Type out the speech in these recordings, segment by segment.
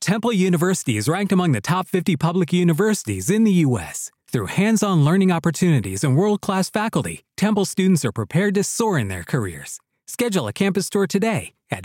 Temple University is ranked among the top 50 public universities in the U.S. Through hands-on learning opportunities and world-class faculty, Temple students are prepared to soar in their careers. Schedule a campus tour today at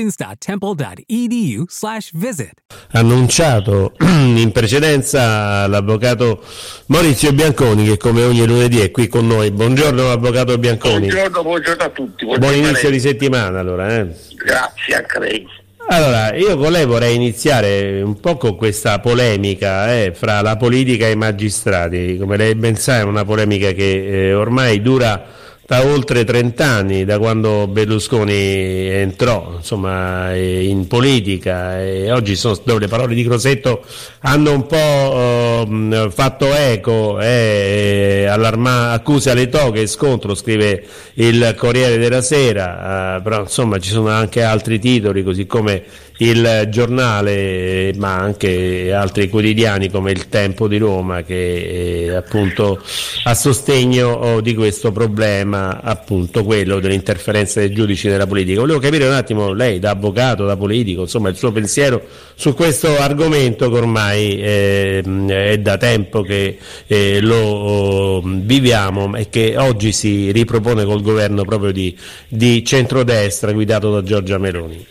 admissions.temple.edu/visit. Annunciato in precedenza l'avvocato Maurizio Bianconi, che come ogni lunedì è qui con noi. Buongiorno avvocato Bianconi. Buongiorno a tutti. Buon inizio di settimana allora. Grazie anche a lei. Allora, io con lei vorrei iniziare un po' con questa polemica fra la politica e i magistrati. Come lei ben sa, è una polemica che ormai dura da oltre 30 anni, da quando Berlusconi entrò in politica, e oggi dove le parole di Crosetto hanno un po' fatto eco, accuse alle toghe, scontro, scrive il Corriere della Sera, però ci sono anche altri titoli, così come il Giornale, ma anche altri quotidiani come il Tempo di Roma, che appunto a sostegno di questo problema, appunto quello dell'interferenza dei giudici nella politica. Volevo capire un attimo, lei da avvocato, da politico, il suo pensiero su questo argomento che ormai è da tempo che lo viviamo e che oggi si ripropone col governo proprio di centrodestra guidato da Giorgia Meloni.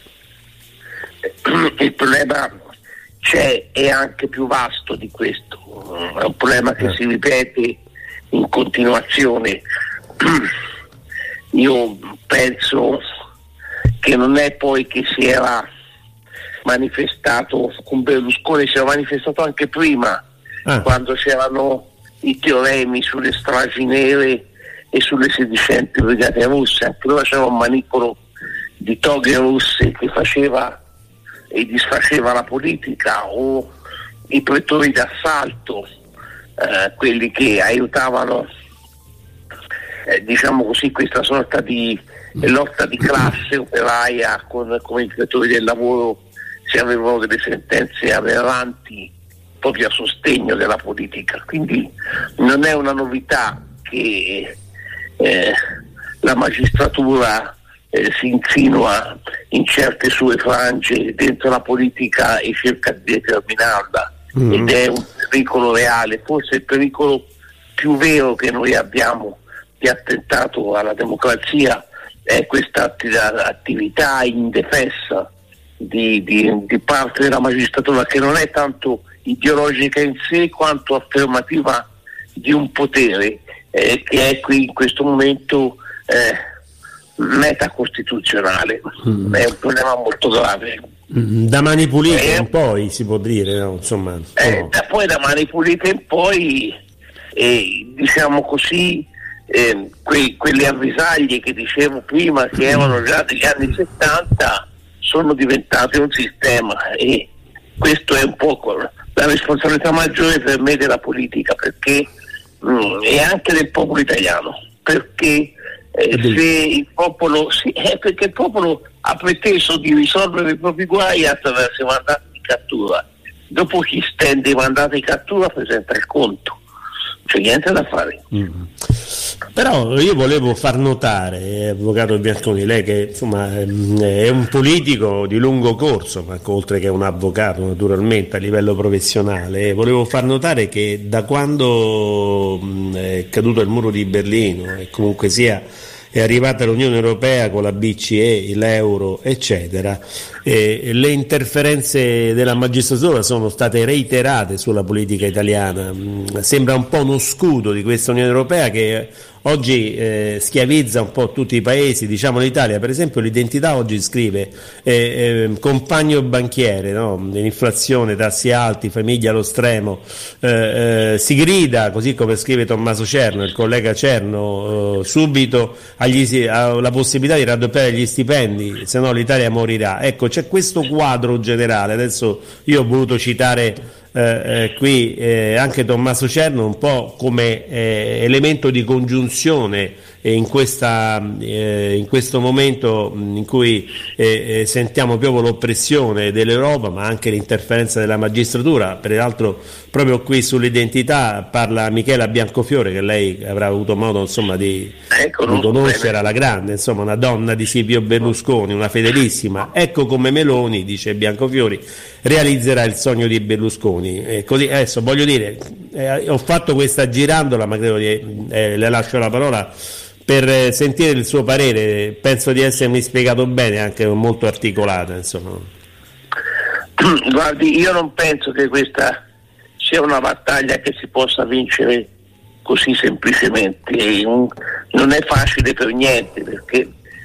Il problema c'è, è anche più vasto di questo, è un problema che si ripete in continuazione. Io penso che non è poi che si era manifestato con Berlusconi, si era manifestato anche prima, quando c'erano i teoremi sulle stragi nere e sulle sedicenti brigate russe. Anche allora c'era un manipolo di toghe russe che faceva e disfaceva la politica, o i pretori d'assalto, quelli che aiutavano questa sorta di lotta di classe operaia come i pretori del lavoro, se avevano delle sentenze aberranti proprio a sostegno della politica. Quindi non è una novità che la magistratura si insinua in certe sue frange dentro la politica e cerca di determinarla, ed è un pericolo reale, forse il pericolo più vero che noi abbiamo di attentato alla democrazia è questa attività indefessa di parte della magistratura, che non è tanto ideologica in sé quanto affermativa di un potere che è qui in questo momento metacostituzionale. È un problema molto grave. Da mani pulite in poi si può dire, no? Poi da mani pulite in poi, quelle avvisaglie che dicevo prima, che erano già degli anni 70, sono diventate un sistema, e questo è un po' la responsabilità maggiore per me della politica, perché e anche del popolo italiano, perché perché il popolo ha preteso di risolvere i propri guai attraverso i mandati di cattura. Dopo chi stende i mandati di cattura presenta il conto, c'è niente da fare. Però io volevo far notare, avvocato Bianconi, lei che è un politico di lungo corso, ma oltre che un avvocato naturalmente a livello professionale, volevo far notare che da quando è caduto il muro di Berlino e comunque sia è arrivata l'Unione Europea con la BCE, l'euro, eccetera, le interferenze della magistratura sono state reiterate sulla politica italiana. Sembra un po' uno scudo di questa Unione Europea che oggi schiavizza un po' tutti i paesi. Diciamo l'Italia, per esempio, l'Identità oggi scrive compagno banchiere, no? L'inflazione, tassi alti, famiglia allo stremo, si grida, così come scrive Tommaso Cerno, il collega Cerno, subito alla possibilità di raddoppiare gli stipendi, se no l'Italia morirà. Ecco, c'è questo quadro generale. Adesso io ho voluto citare qui anche Tommaso Cerno un po' come elemento di congiunzione in questo momento in cui sentiamo proprio l'oppressione dell'Europa, ma anche l'interferenza della magistratura. Peraltro proprio qui sull'identità parla Michela Biancofiore, che lei avrà avuto modo insomma di conoscere alla grande, insomma una donna di Silvio Berlusconi, una fedelissima. Ecco come Meloni, dice Biancofiori, realizzerà il sogno di Berlusconi. Così adesso voglio dire, ho fatto questa girandola, ma credo le lascio la parola per sentire il suo parere. Penso di essermi spiegato bene, anche molto articolata, insomma. Guardi, io non penso che questa sia una battaglia che si possa vincere così semplicemente. Non è facile per niente, perché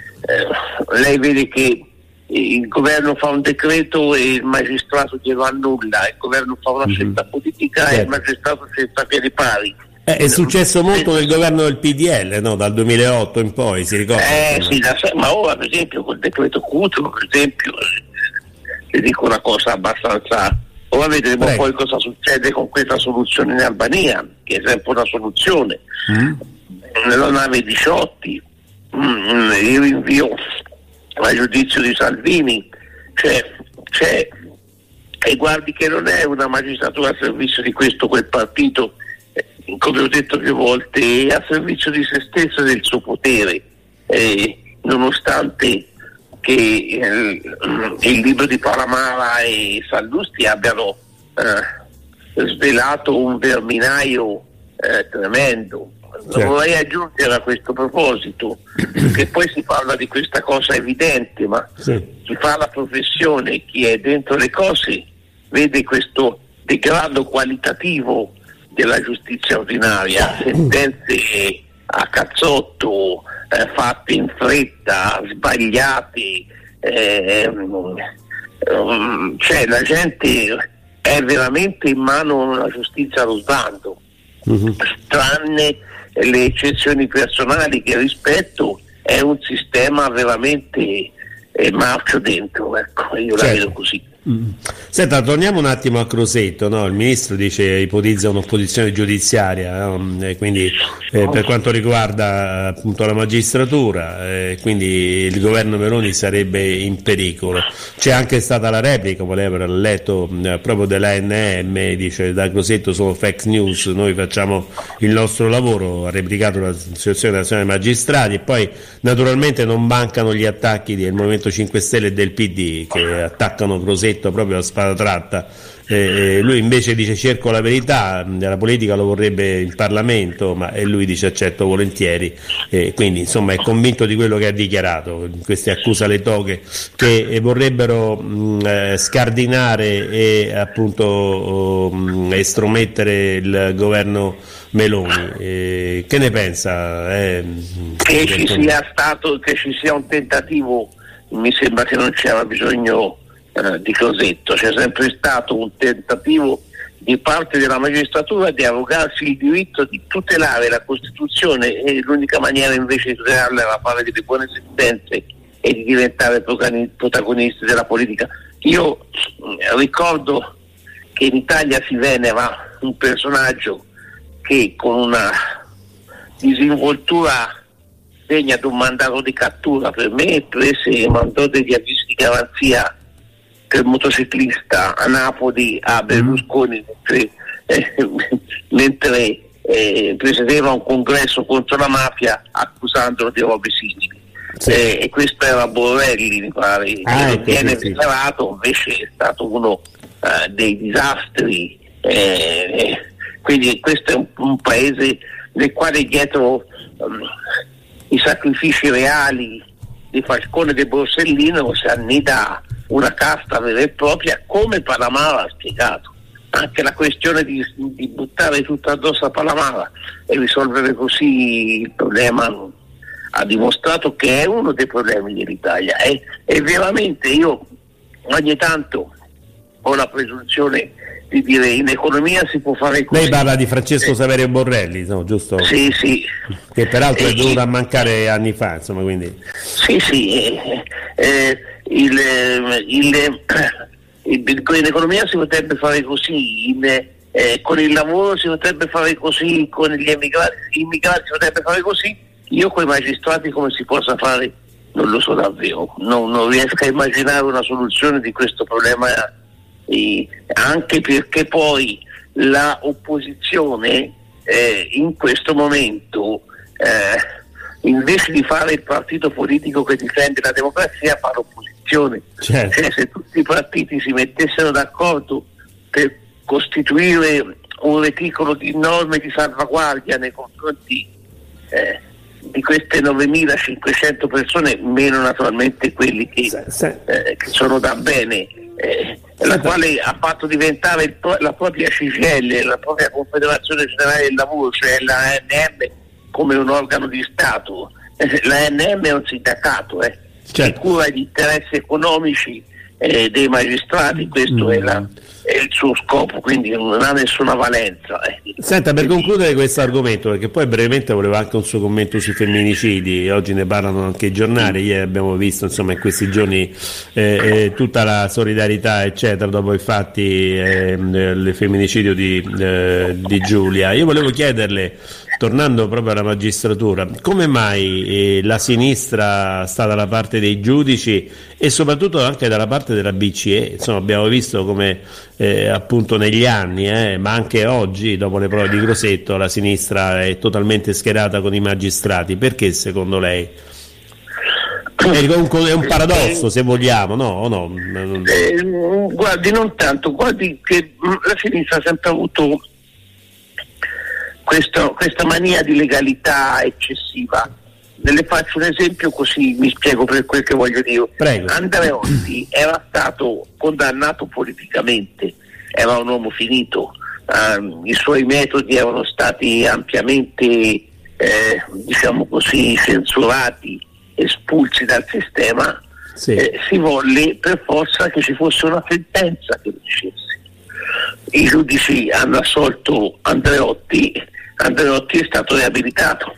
lei vede che il governo fa un decreto e il magistrato glielo annulla, il governo fa una scelta politica e il magistrato scelta a piedi pari. È successo molto nel governo del PDL, no? Dal 2008 in poi, si ricorda? Sì, ma ora per esempio col decreto Cutro, per esempio, le dico una cosa abbastanza. Ora vedremo poi cosa succede con questa soluzione in Albania, che è sempre una soluzione. La nave Diciotti, il rinvio a giudizio di Salvini, c'è, e guardi che non è una magistratura a servizio di questo o quel partito, come ho detto più volte, è a servizio di se stesso e del suo potere, nonostante che il libro di Palamara e Sallusti abbiano svelato un verminaio tremendo. Vorrei aggiungere a questo proposito che poi si parla di questa cosa evidente, ma chi fa la professione, chi è dentro le cose, vede questo degrado qualitativo della giustizia ordinaria, sentenze a cazzotto, fatte in fretta, sbagliate, cioè la gente è veramente in mano alla giustizia allo sbando, tranne le eccezioni personali che rispetto. È un sistema veramente marcio dentro, ecco, io la vedo così. Senta, torniamo un attimo a Crosetto, no? Il ministro ipotizza un'opposizione giudiziaria, no? Quindi per quanto riguarda appunto la magistratura, quindi il governo Meloni sarebbe in pericolo. C'è anche stata la replica, come lei avrà letto, proprio dell'ANM, dice: da Crosetto sono fake news, noi facciamo il nostro lavoro. Ha replicato l'Associazione Nazionale Magistrati. E poi naturalmente non mancano gli attacchi del Movimento 5 Stelle e del PD, che attaccano Crosetto proprio a spada tratta. Lui invece dice: cerco la verità, la politica lo vorrebbe il Parlamento, ma lui dice: accetto volentieri. Quindi insomma è convinto di quello che ha dichiarato. Queste accusa le toghe che vorrebbero scardinare e appunto estromettere il governo Meloni. Che ne pensa? Che ci sia un tentativo, mi sembra che non c'era bisogno di Crosetto. C'è sempre stato un tentativo di parte della magistratura di arrogarsi il diritto di tutelare la Costituzione, e l'unica maniera invece di tutelarla era fare delle buone sentenze e di diventare protagonisti della politica. Io ricordo che in Italia si venera un personaggio che con una disinvoltura degna di un mandato di cattura per me prese e mandò degli avvisi di garanzia per motociclista a Napoli a Berlusconi mentre presiedeva un congresso contro la mafia, accusandolo di robe simili. E questo era Borrelli, mi pare, viene rivelato invece è stato uno dei disastri. Quindi questo è un paese nel quale dietro i sacrifici reali di Falcone e di Borsellino si annida una casta vera e propria, come Palamara ha spiegato. Anche la questione di buttare tutto addosso a Palamara e risolvere così il problema ha dimostrato che è uno dei problemi dell'Italia. E veramente io ogni tanto ho la presunzione di dire: in economia si può fare così. Lei parla di Francesco Saverio Borrelli, no, giusto? Sì. Che peraltro è venuto a mancare anni fa, insomma, quindi. Sì. In economia si potrebbe fare così, con il lavoro si potrebbe fare così, con gli immigrati si potrebbe fare così, io con i magistrati come si possa fare non lo so davvero, non riesco a immaginare una soluzione di questo problema, anche perché poi la opposizione in questo momento invece di fare il partito politico che difende la democrazia fa l'opposizione. Certo. Cioè, se tutti i partiti si mettessero d'accordo per costituire un reticolo di norme di salvaguardia nei confronti di queste 9.500 persone, meno naturalmente quelli che sono da bene, la quale ha fatto diventare la propria CGIL, la propria Confederazione Generale del Lavoro, cioè la ANM, come un organo di Stato. La ANM è un sindacato che cura gli interessi economici dei magistrati, questo è il suo scopo, quindi non ha nessuna valenza. Senta, per concludere questo argomento, perché poi brevemente volevo anche un suo commento sui femminicidi, oggi ne parlano anche i giornali, ieri abbiamo visto insomma in questi giorni tutta la solidarietà eccetera dopo i fatti del femminicidio di Giulia. Io volevo chiederle, tornando proprio alla magistratura, come mai la sinistra sta dalla parte dei giudici e soprattutto anche dalla parte della BCE? Insomma, abbiamo visto come appunto negli anni, ma anche oggi, dopo le prove di Crosetto, la sinistra è totalmente schierata con i magistrati. Perché secondo lei? È un paradosso, se vogliamo, no? O no? Guardi, non tanto, guardi che la sinistra ha sempre avuto questa mania di legalità eccessiva. Le faccio un esempio così mi spiego per quel che voglio dire. Prego. Andreotti era stato condannato politicamente, era un uomo finito, i suoi metodi erano stati ampiamente diciamo così censurati, espulsi dal sistema. Sì. Si volle per forza che ci fosse una sentenza che lo dicesse. I giudici hanno assolto Andreotti è stato riabilitato.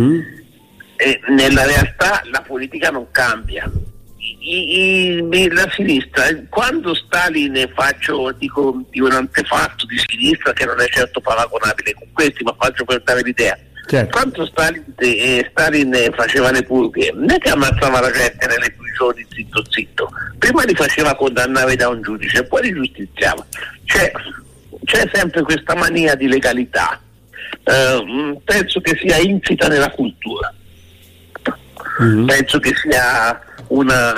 Nella realtà la politica non cambia. La sinistra, quando Stalin dico un antefatto di sinistra che non è certo paragonabile con questi, ma faccio per dare l'idea. Certo. Quando Stalin faceva le purghe, non è che ammazzava la gente nelle prigioni zitto, prima li faceva condannare da un giudice e poi li giustiziava. C'è sempre questa mania di legalità. Penso che sia insita nella cultura. Penso che sia una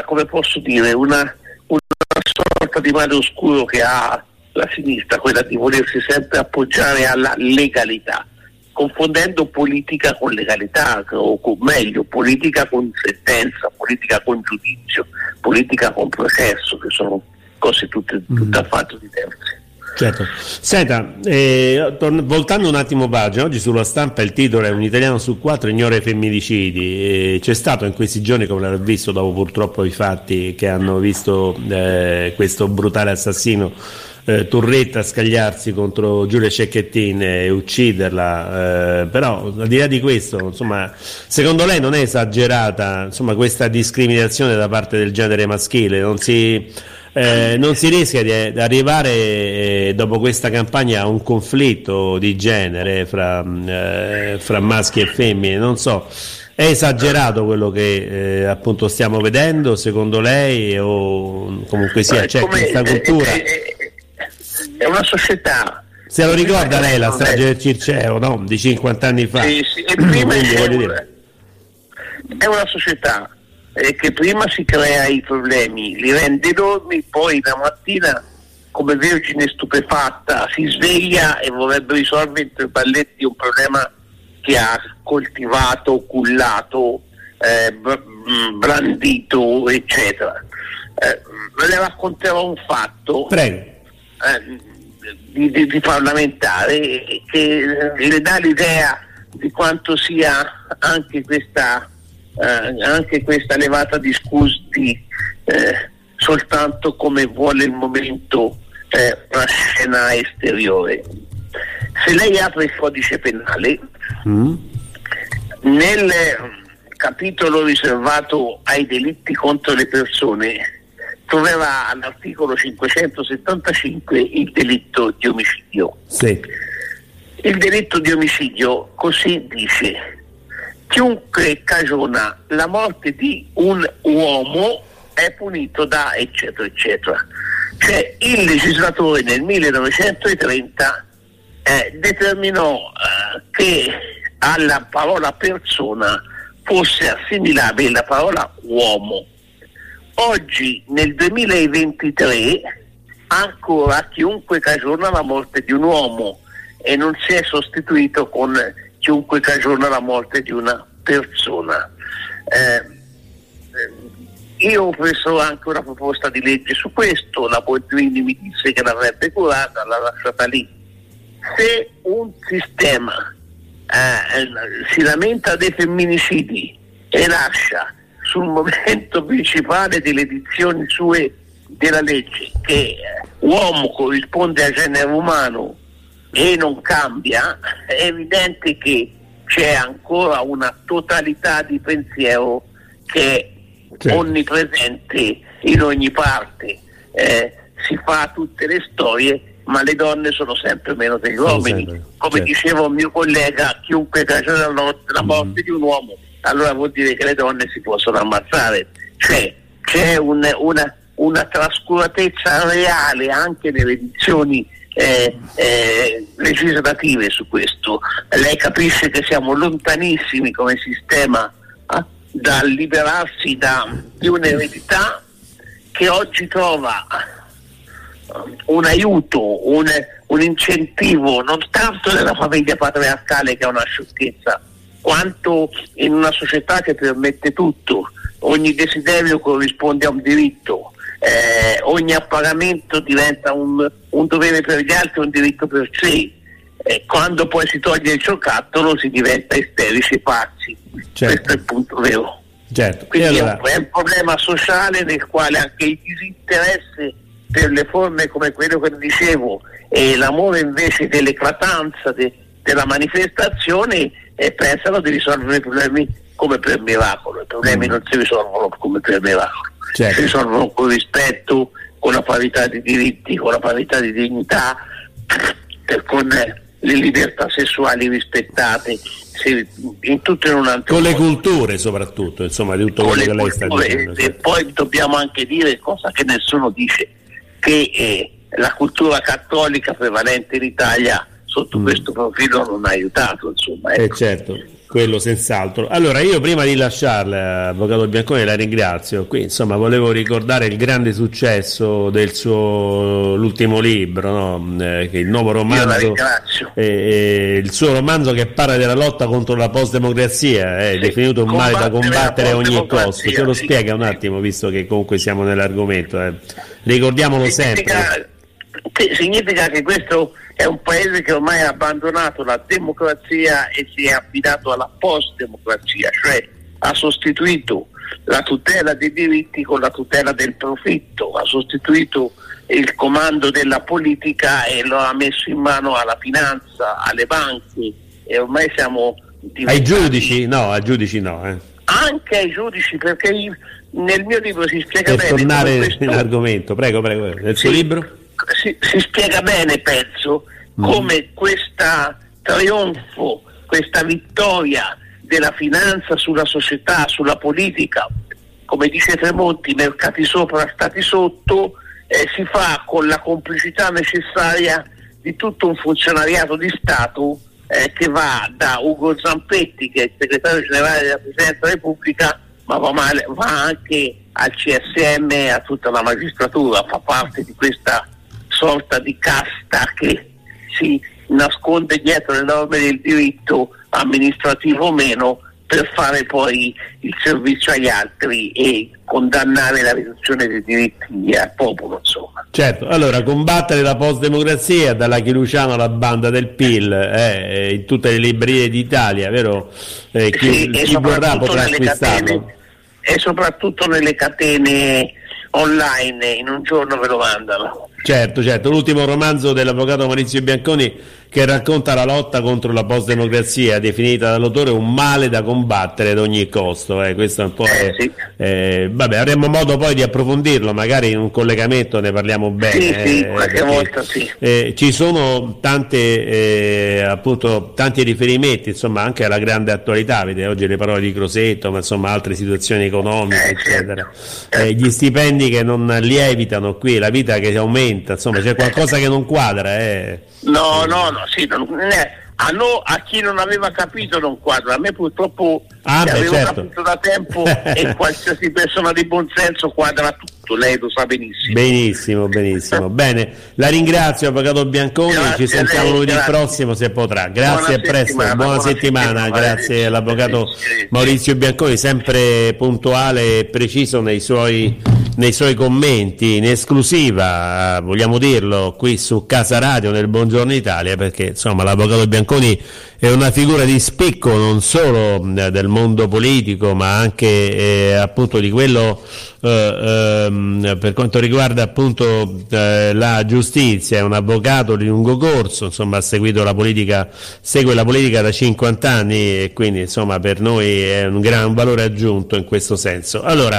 sorta di male oscuro che ha la sinistra, quella di volersi sempre appoggiare alla legalità, confondendo politica con legalità, o meglio, politica con sentenza, politica con giudizio, politica con processo, che sono cose tutte affatto diverse. Certo. Senta, voltando un attimo pagina, oggi sulla Stampa il titolo è "Un italiano su 4 ignora i femminicidi". C'è stato in questi giorni, come l'ho visto dopo purtroppo i fatti che hanno visto questo brutale assassino Turretta scagliarsi contro Giulia Cecchettin e ucciderla, però al di là di questo, insomma, secondo lei non è esagerata insomma questa discriminazione da parte del genere maschile? Non si rischia di arrivare dopo questa campagna a un conflitto di genere fra maschi e femmine? Non so, è esagerato quello che appunto stiamo vedendo secondo lei, o comunque sia c'è questa cultura? È una società. Se lo ricorda lei la strage del Circeo, no? Di 50 anni fa? Sì, e prima è una società che prima si crea i problemi, li rende enormi, poi la mattina come vergine stupefatta si sveglia e vorrebbe risolvere in 3 balletti un problema che ha coltivato, cullato, brandito, eccetera. Le racconterò un fatto. Prego. Di parlamentare che le dà l'idea di quanto sia anche questa levata di scusi soltanto come vuole il momento una scena esteriore. Se lei apre il codice penale, nel capitolo riservato ai delitti contro le persone troverà all'articolo 575 il delitto di omicidio. Sì. Il delitto di omicidio così dice: chiunque cagiona la morte di un uomo è punito da eccetera eccetera. Cioè il legislatore nel 1930 determinò che alla parola persona fosse assimilabile la parola uomo. Oggi nel 2023 ancora chiunque cagiona la morte di un uomo e non si è sostituito con chiunque cagiona la morte di una persona. Io ho preso anche una proposta di legge su questo, la Boldrini mi disse che l'avrebbe curata, l'ha lasciata lì. Se un sistema si lamenta dei femminicidi e lascia sul momento principale delle edizioni sue della legge che uomo corrisponde a genere umano e non cambia, è evidente che c'è ancora una totalità di pensiero che è onnipresente in ogni parte. Si fa tutte le storie, ma le donne sono sempre meno degli uomini. Come diceva un mio collega, chiunque cagiona la morte di un uomo, allora vuol dire che le donne si possono ammazzare. Cioè c'è una trascuratezza reale anche nelle edizioni legislative su questo. Lei capisce che siamo lontanissimi come sistema dal liberarsi di un'eredità che oggi trova un aiuto, un incentivo non tanto nella famiglia patriarcale, che è una sciocchezza, quanto in una società che permette tutto. Ogni desiderio corrisponde a un diritto, ogni appagamento diventa un dovere per gli altri, un diritto per sé. Quando poi si toglie il giocattolo si diventa isterici e pazzi. Certo. Questo è il punto vero. Certo. Quindi allora è un problema sociale nel quale anche il disinteresse per le forme come quello che dicevo e l'amore invece dell'eclatanza della manifestazione pensano di risolvere i problemi come per miracolo. I problemi non si risolvono come per miracolo, si risolvono con rispetto, con la parità di diritti, con la parità di dignità, con le libertà sessuali rispettate, in tutto in un altro con modo. le culture soprattutto, insomma, di tutto quello che lei sta dicendo. E poi dobbiamo anche dire, cosa che nessuno dice, che la cultura cattolica prevalente in Italia sotto questo profilo non ha aiutato, insomma. Ecco. Certo, quello senz'altro. Allora io prima di lasciarla, avvocato Bianconi, la ringrazio. Qui insomma volevo ricordare il grande successo del suo l'ultimo libro, no? Che il nuovo romanzo, il suo romanzo che parla della lotta contro la postdemocrazia, è definito un male da combattere a ogni costo. Ce lo spiega un attimo, visto che comunque siamo nell'argomento, ricordiamolo sempre. Significa che questo è un paese che ormai ha abbandonato la democrazia e si è affidato alla post-democrazia, cioè ha sostituito la tutela dei diritti con la tutela del profitto, ha sostituito il comando della politica e lo ha messo in mano alla finanza, alle banche, e ormai siamo diventati... Ai giudici? No, ai giudici no. Anche ai giudici, perché nel mio libro si spiega per bene... Per tornare nell'argomento, prego, nel suo libro? Si spiega bene, penso, come questo trionfo, questa vittoria della finanza sulla società, sulla politica, come dice Tremonti, mercati sopra, stati sotto, si fa con la complicità necessaria di tutto un funzionariato di Stato che va da Ugo Zampetti, che è il segretario generale della Presidenza della Repubblica, ma va anche al CSM e a tutta la magistratura, fa parte di questa sorta di casta che si nasconde dietro le norme del diritto amministrativo o meno per fare poi il servizio agli altri e condannare la riduzione dei diritti al popolo, insomma. Certo, allora combattere la postdemocrazia, dalla Chiluciano alla banda del PIL, in tutte le librerie d'Italia, vero? Chi vorrà potrà acquistarlo. E soprattutto nelle catene online, in un giorno ve lo mandano. Certo, l'ultimo romanzo dell'avvocato Maurizio Bianconi, che racconta la lotta contro la post-democrazia, definita dall'autore un male da combattere ad ogni costo. Questo è un po'. Vabbè, avremo modo poi di approfondirlo, magari in un collegamento ne parliamo bene. Sì, qualche volta sì. Ci sono tanti riferimenti, insomma, anche alla grande attualità. Vedete oggi le parole di Crosetto, ma insomma altre situazioni economiche, eccetera. Gli stipendi che non lievitano qui, la vita che aumenta, insomma, c'è qualcosa che non quadra. No, sì, a chi non aveva capito non quadra, a me purtroppo avevo capito da tempo e qualsiasi persona di buon senso quadra tutto, lei lo sa benissimo. Benissimo. Bene, la ringrazio, avvocato Bianconi. Ci sentiamo lunedì prossimo se potrà. Grazie, a presto, buona settimana. Grazie all'avvocato Maurizio Bianconi, sempre puntuale e preciso nei suoi commenti, in esclusiva, vogliamo dirlo, qui su Casa Radio nel Buongiorno Italia, perché insomma l'avvocato Bianconi è una figura di spicco non solo del mondo politico, ma anche appunto di quello per quanto riguarda appunto la giustizia. È un avvocato di lungo corso, insomma segue la politica da 50 anni e quindi insomma per noi è un gran valore aggiunto in questo senso. Allora,